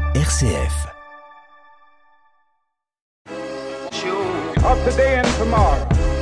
RCF. Of today and tomorrow,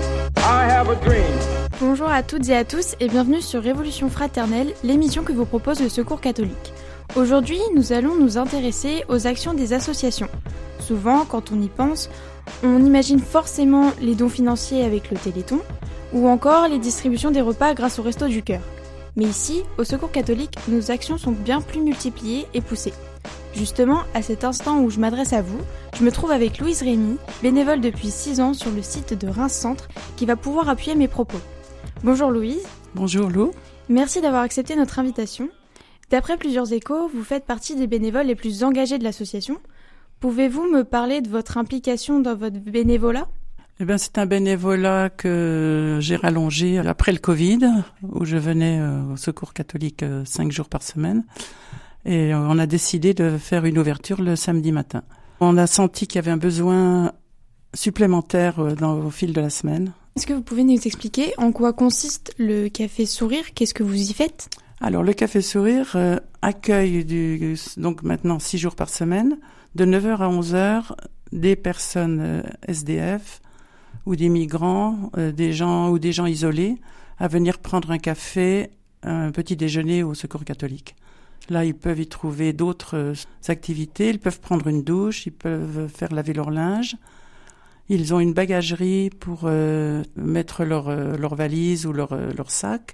I have a dream. Bonjour à toutes et à tous et bienvenue sur Révolution Fraternelle, l'émission que vous propose le Secours catholique. Aujourd'hui, nous allons nous intéresser aux actions des associations. Souvent, quand on y pense, on imagine forcément les dons financiers avec le Téléthon ou encore les distributions des repas grâce au Resto du Cœur. Mais ici, au Secours catholique, nos actions sont bien plus multipliées et poussées. Justement, à cet instant où je m'adresse à vous, je me trouve avec Louise Rémy, bénévole depuis 6 ans sur le site de Reims Centre, qui va pouvoir appuyer mes propos. Bonjour Louise. Bonjour Lou. Merci d'avoir accepté notre invitation. D'après plusieurs échos, vous faites partie des bénévoles les plus engagés de l'association. Pouvez-vous me parler de votre implication dans votre bénévolat ? C'est un bénévolat que j'ai rallongé après le Covid, où je venais au Secours catholique 5 jours par semaine. Et on a décidé de faire une ouverture le samedi matin. On a senti qu'il y avait un besoin supplémentaire au fil de la semaine. Est-ce que vous pouvez nous expliquer en quoi consiste le Café Sourire ? Qu'est-ce que vous y faites ? Alors, le Café Sourire accueille donc maintenant 6 jours par semaine, de 9h à 11h, des personnes SDF ou des migrants, des gens isolés, à venir prendre un café, un petit déjeuner au Secours catholique. Là, ils peuvent y trouver d'autres activités. Ils peuvent prendre une douche, ils peuvent faire laver leur linge. Ils ont une bagagerie pour mettre leur valise ou leur sac.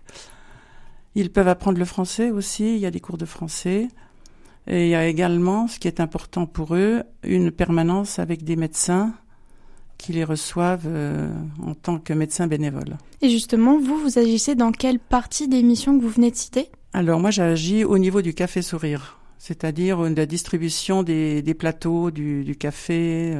Ils peuvent apprendre le français aussi. Il y a des cours de français. Et il y a également, ce qui est important pour eux, une permanence avec des médecins qui les reçoivent en tant que médecins bénévoles. Et justement, vous agissez dans quelle partie des missions que vous venez de citer ? Alors moi j'agis au niveau du Café Sourire, c'est-à-dire la distribution des plateaux, du café,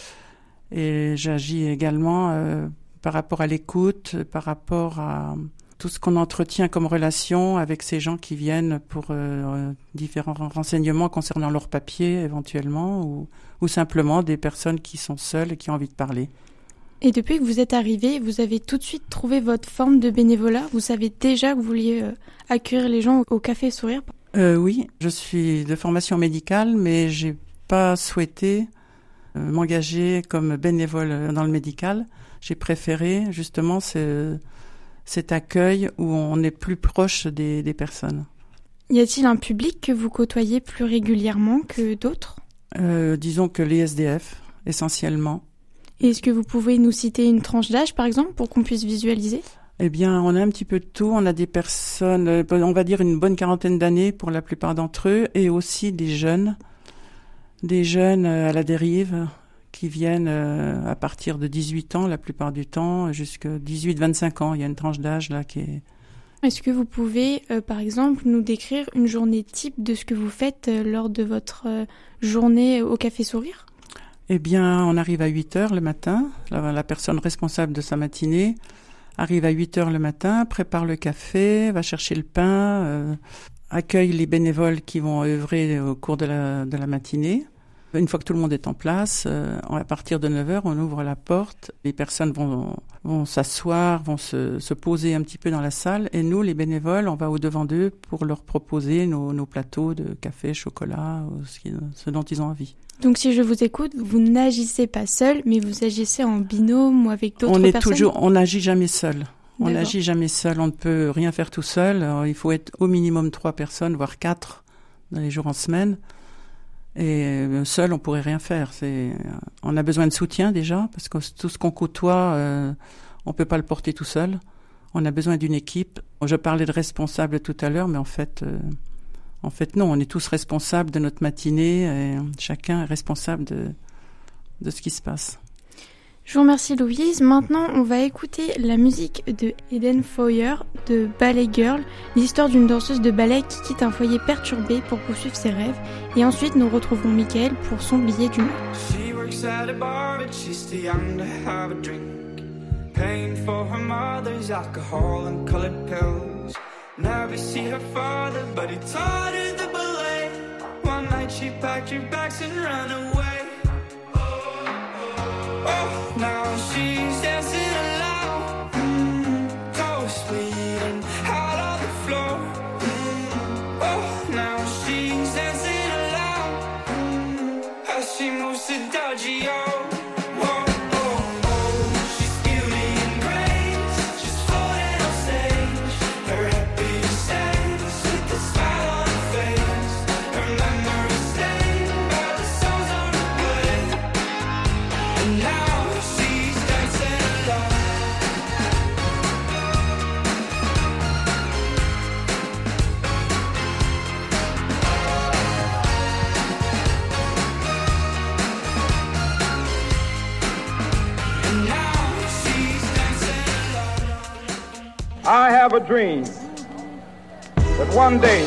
et j'agis également par rapport à l'écoute, par rapport à tout ce qu'on entretient comme relation avec ces gens qui viennent pour différents renseignements concernant leurs papiers éventuellement, ou simplement des personnes qui sont seules et qui ont envie de parler. Et depuis que vous êtes arrivé, vous avez tout de suite trouvé votre forme de bénévolat ? Vous savez déjà que vous vouliez accueillir les gens au Café Sourire ? Oui, je suis de formation médicale, mais j'ai pas souhaité m'engager comme bénévole dans le médical. J'ai préféré justement cet accueil où on est plus proche des personnes. Y a-t-il un public que vous côtoyez plus régulièrement que d'autres ? Disons que les SDF, essentiellement. Est-ce que vous pouvez nous citer une tranche d'âge, par exemple, pour qu'on puisse visualiser ? Eh bien, on a un petit peu de tout. On a des personnes, on va dire une bonne quarantaine d'années pour la plupart d'entre eux, et aussi des jeunes à la dérive, qui viennent à partir de 18 ans, la plupart du temps, jusqu'à 18-25 ans. Il y a une tranche d'âge là qui est... Est-ce que vous pouvez, par exemple, nous décrire une journée type de ce que vous faites lors de votre journée au Café Sourire ? Eh bien, on arrive à 8h le matin. La personne responsable de sa matinée arrive à 8h le matin, prépare le café, va chercher le pain, accueille les bénévoles qui vont œuvrer au cours de la matinée. Une fois que tout le monde est en place, à partir de 9h, on ouvre la porte. Les personnes vont s'asseoir, vont se poser un petit peu dans la salle. Et nous, les bénévoles, on va au-devant d'eux pour leur proposer nos plateaux de café, chocolat, ce dont ils ont envie. Donc si je vous écoute, vous n'agissez pas seul, mais vous agissez en binôme ou avec d'autres personnes ? On n'agit jamais seul. On D'accord. n'agit jamais seul. On ne peut rien faire tout seul. Alors, il faut être au minimum 3 personnes, voire 4 dans les jours en semaine. Et seul, on pourrait rien faire. On a besoin de soutien déjà, parce que tout ce qu'on côtoie, on peut pas le porter tout seul. On a besoin d'une équipe. Je parlais de responsable tout à l'heure, mais en fait non. On est tous responsables de notre matinée. Et chacun est responsable de ce qui se passe. Je vous remercie Louise. Maintenant, on va écouter la musique de Eden Foyer de Ballet Girl, l'histoire d'une danseuse de ballet qui quitte un foyer perturbé pour poursuivre ses rêves. Et ensuite, nous retrouverons Mickaël pour son billet d'humeur. She works at a bar, but she's too young to have a drink. Paying for her mother's alcohol and colored pills. Never see her father, but he taught her the ballet. One night she packed her bags and ran away. Oh, now she's dancing alone, toes bleeding out on the floor. Oh, now she's dancing alone. so dodgy, oh. Whoa, oh, oh. She's beauty and grace. She's floating on stage. Her happy sense with the smile on her face. Her memories stained by the songs on replay. And now she's dancing alone. And now she's dancing alone. I have a dream that one day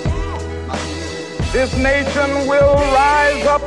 this nation will rise up.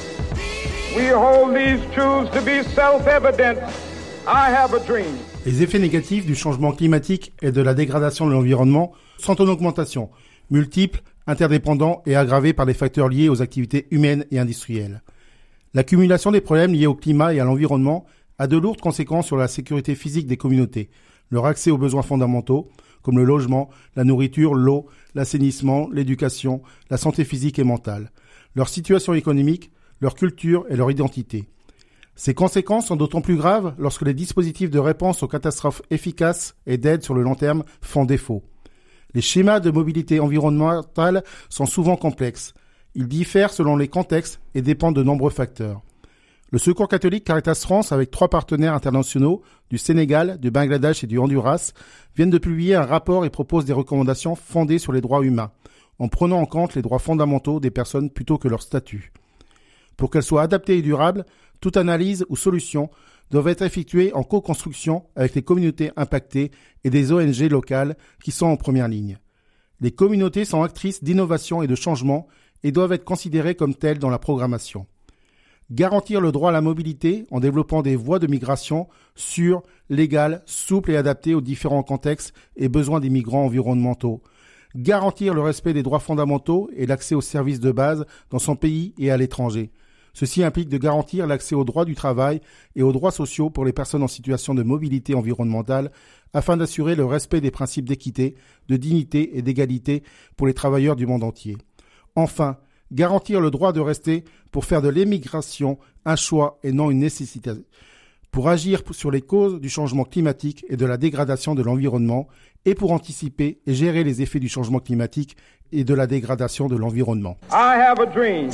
We hold these truths to be self-evident. I have a dream. Les effets négatifs du changement climatique et de la dégradation de l'environnement sont en augmentation, multiples, interdépendants et aggravés par les facteurs liés aux activités humaines et industrielles. L'accumulation des problèmes liés au climat et à l'environnement a de lourdes conséquences sur la sécurité physique des communautés, leur accès aux besoins fondamentaux, comme le logement, la nourriture, l'eau, l'assainissement, l'éducation, la santé physique et mentale, leur situation économique, leur culture et leur identité. Ces conséquences sont d'autant plus graves lorsque les dispositifs de réponse aux catastrophes efficaces et d'aide sur le long terme font défaut. Les schémas de mobilité environnementale sont souvent complexes. Ils diffèrent selon les contextes et dépendent de nombreux facteurs. Le Secours catholique Caritas France, avec 3 partenaires internationaux, du Sénégal, du Bangladesh et du Honduras, viennent de publier un rapport et proposent des recommandations fondées sur les droits humains, en prenant en compte les droits fondamentaux des personnes plutôt que leur statut. Pour qu'elles soient adaptées et durables, toute analyse ou solution doivent être effectuées en co-construction avec les communautés impactées et des ONG locales qui sont en première ligne. Les communautés sont actrices d'innovation et de changement et doivent être considérées comme telles dans la programmation. Garantir le droit à la mobilité en développant des voies de migration sûres, légales, souples et adaptées aux différents contextes et besoins des migrants environnementaux. Garantir le respect des droits fondamentaux et l'accès aux services de base dans son pays et à l'étranger. Ceci implique de garantir l'accès aux droits du travail et aux droits sociaux pour les personnes en situation de mobilité environnementale afin d'assurer le respect des principes d'équité, de dignité et d'égalité pour les travailleurs du monde entier. Enfin, garantir le droit de rester pour faire de l'émigration un choix et non une nécessité, pour agir sur les causes du changement climatique et de la dégradation de l'environnement et pour anticiper et gérer les effets du changement climatique et de la dégradation de l'environnement. I have a dream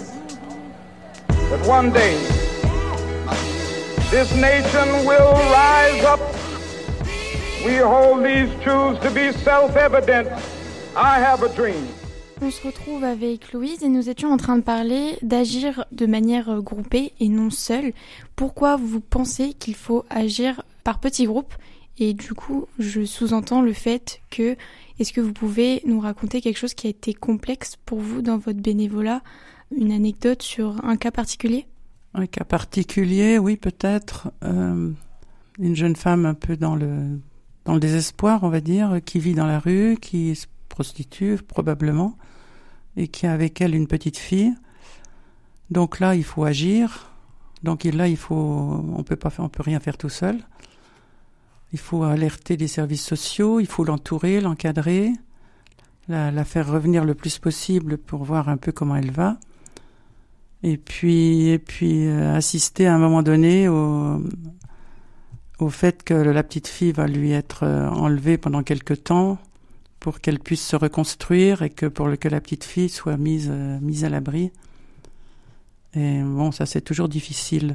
that one day this nation will rise up. We hold these truths to be self-evident. I have a dream. On se retrouve avec Louise et nous étions en train de parler d'agir de manière groupée et non seule. Pourquoi vous pensez qu'il faut agir par petits groupes ? Et du coup, je sous-entends le fait que, est-ce que vous pouvez nous raconter quelque chose qui a été complexe pour vous dans votre bénévolat ? Une anecdote sur un cas particulier ? Un cas particulier, oui, peut-être. Une jeune femme un peu dans le désespoir, on va dire, qui vit dans la rue, qui se prostitue probablement, et qui a avec elle une petite fille. Donc là, il faut agir. Donc là, on peut rien faire tout seul. Il faut alerter les services sociaux, il faut l'entourer, l'encadrer, la faire revenir le plus possible pour voir un peu comment elle va. Et puis assister à un moment donné au fait que la petite fille va lui être enlevée pendant quelque temps pour qu'elle puisse se reconstruire et que la petite fille soit mise à l'abri. Et bon, ça c'est toujours difficile.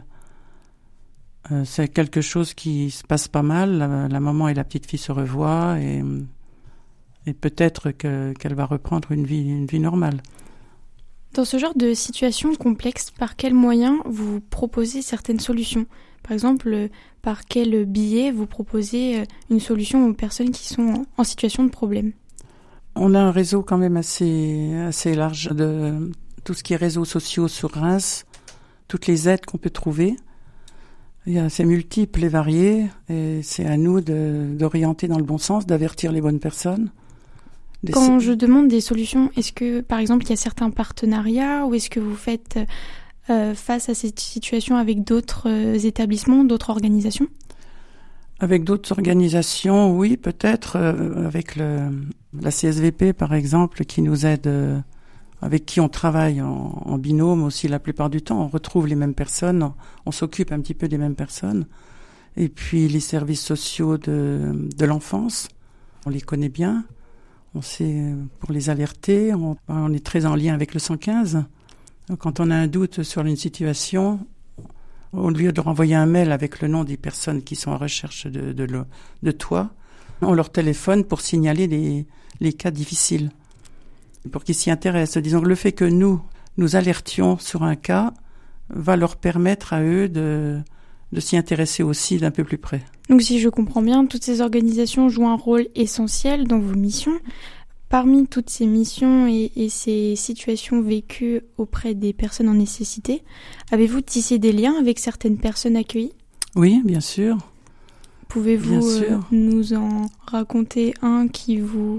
C'est quelque chose qui se passe pas mal. La maman et la petite fille se revoient et peut-être qu'elle va reprendre une vie normale. Dans ce genre de situation complexe, par quels moyens vous proposez certaines solutions ? Par exemple, par quel biais vous proposez une solution aux personnes qui sont en situation de problème ? On a un réseau quand même assez large de tout ce qui est réseaux sociaux sur Reims, toutes les aides qu'on peut trouver. C'est multiple et varié, et c'est à nous d'orienter dans le bon sens, d'avertir les bonnes personnes. Quand je demande des solutions, est-ce que, par exemple, il y a certains partenariats ou est-ce que vous faites face à cette situation avec d'autres établissements, d'autres organisations ? Avec d'autres organisations, oui, peut-être. Avec la CSVP, par exemple, qui nous aide avec qui on travaille en binôme aussi la plupart du temps. On retrouve les mêmes personnes, on s'occupe un petit peu des mêmes personnes. Et puis les services sociaux de l'enfance, on les connaît bien. On sait pour les alerter, on est très en lien avec le 115. Quand on a un doute sur une situation, au lieu de renvoyer un mail avec le nom des personnes qui sont en recherche de toi, on leur téléphone pour signaler les cas difficiles, pour qu'ils s'y intéressent. Disons que le fait que nous alertions sur un cas va leur permettre à eux de s'y intéresser aussi d'un peu plus près. Donc si je comprends bien, toutes ces organisations jouent un rôle essentiel dans vos missions. Parmi toutes ces missions et ces situations vécues auprès des personnes en nécessité, avez-vous tissé des liens avec certaines personnes accueillies ? Oui, bien sûr. Pouvez-vous nous en raconter un qui vous...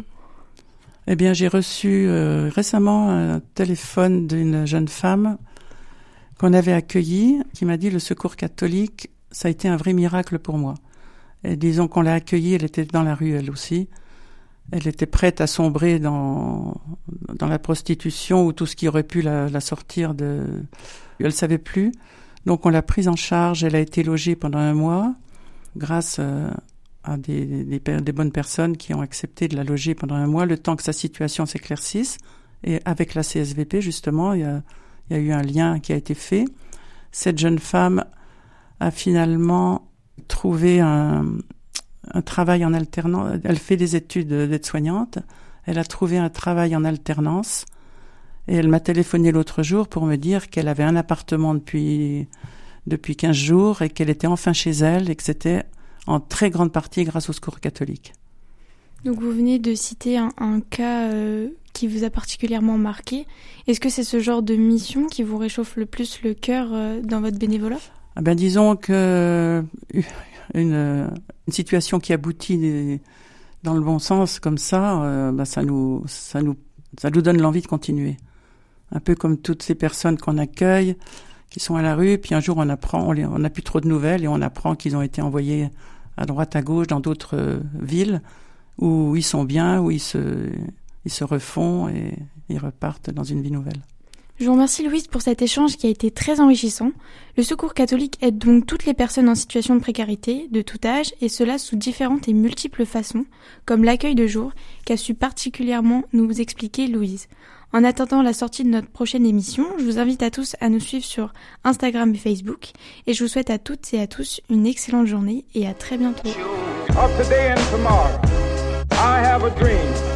Eh bien, j'ai reçu récemment un téléphone d'une jeune femme qu'on avait accueillie, qui m'a dit « Le Secours catholique, ça a été un vrai miracle pour moi ». Et disons qu'on l'a accueillie, elle était dans la rue elle aussi. Elle était prête à sombrer dans la prostitution ou tout ce qui aurait pu la sortir de... Elle savait plus. Donc on l'a prise en charge, elle a été logée pendant 1 mois grâce à des bonnes personnes qui ont accepté de la loger pendant 1 mois, le temps que sa situation s'éclaircisse. Et avec la CSVP, justement, il y a eu un lien qui a été fait. Cette jeune femme a finalement trouvé un travail en alternance. Elle fait des études d'aide-soignante. Elle a trouvé un travail en alternance. Et elle m'a téléphoné l'autre jour pour me dire qu'elle avait un appartement depuis 15 jours et qu'elle était enfin chez elle et que c'était en très grande partie grâce au Secours catholique. Donc vous venez de citer un cas qui vous a particulièrement marqué. Est-ce que c'est ce genre de mission qui vous réchauffe le plus le cœur dans votre bénévolat ? Disons que une situation qui aboutit dans le bon sens comme ça, ça nous donne l'envie de continuer. Un peu comme toutes ces personnes qu'on accueille, qui sont à la rue, puis un jour on n'a plus trop de nouvelles et on apprend qu'ils ont été envoyés à droite à gauche dans d'autres villes où ils sont bien, où ils se refont et ils repartent dans une vie nouvelle. Je vous remercie Louise pour cet échange qui a été très enrichissant. Le Secours catholique aide donc toutes les personnes en situation de précarité, de tout âge, et cela sous différentes et multiples façons, comme l'accueil de jour, qu'a su particulièrement nous expliquer Louise. En attendant la sortie de notre prochaine émission, je vous invite à tous à nous suivre sur Instagram et Facebook, et je vous souhaite à toutes et à tous une excellente journée et à très bientôt. Of today and tomorrow, I have a dream.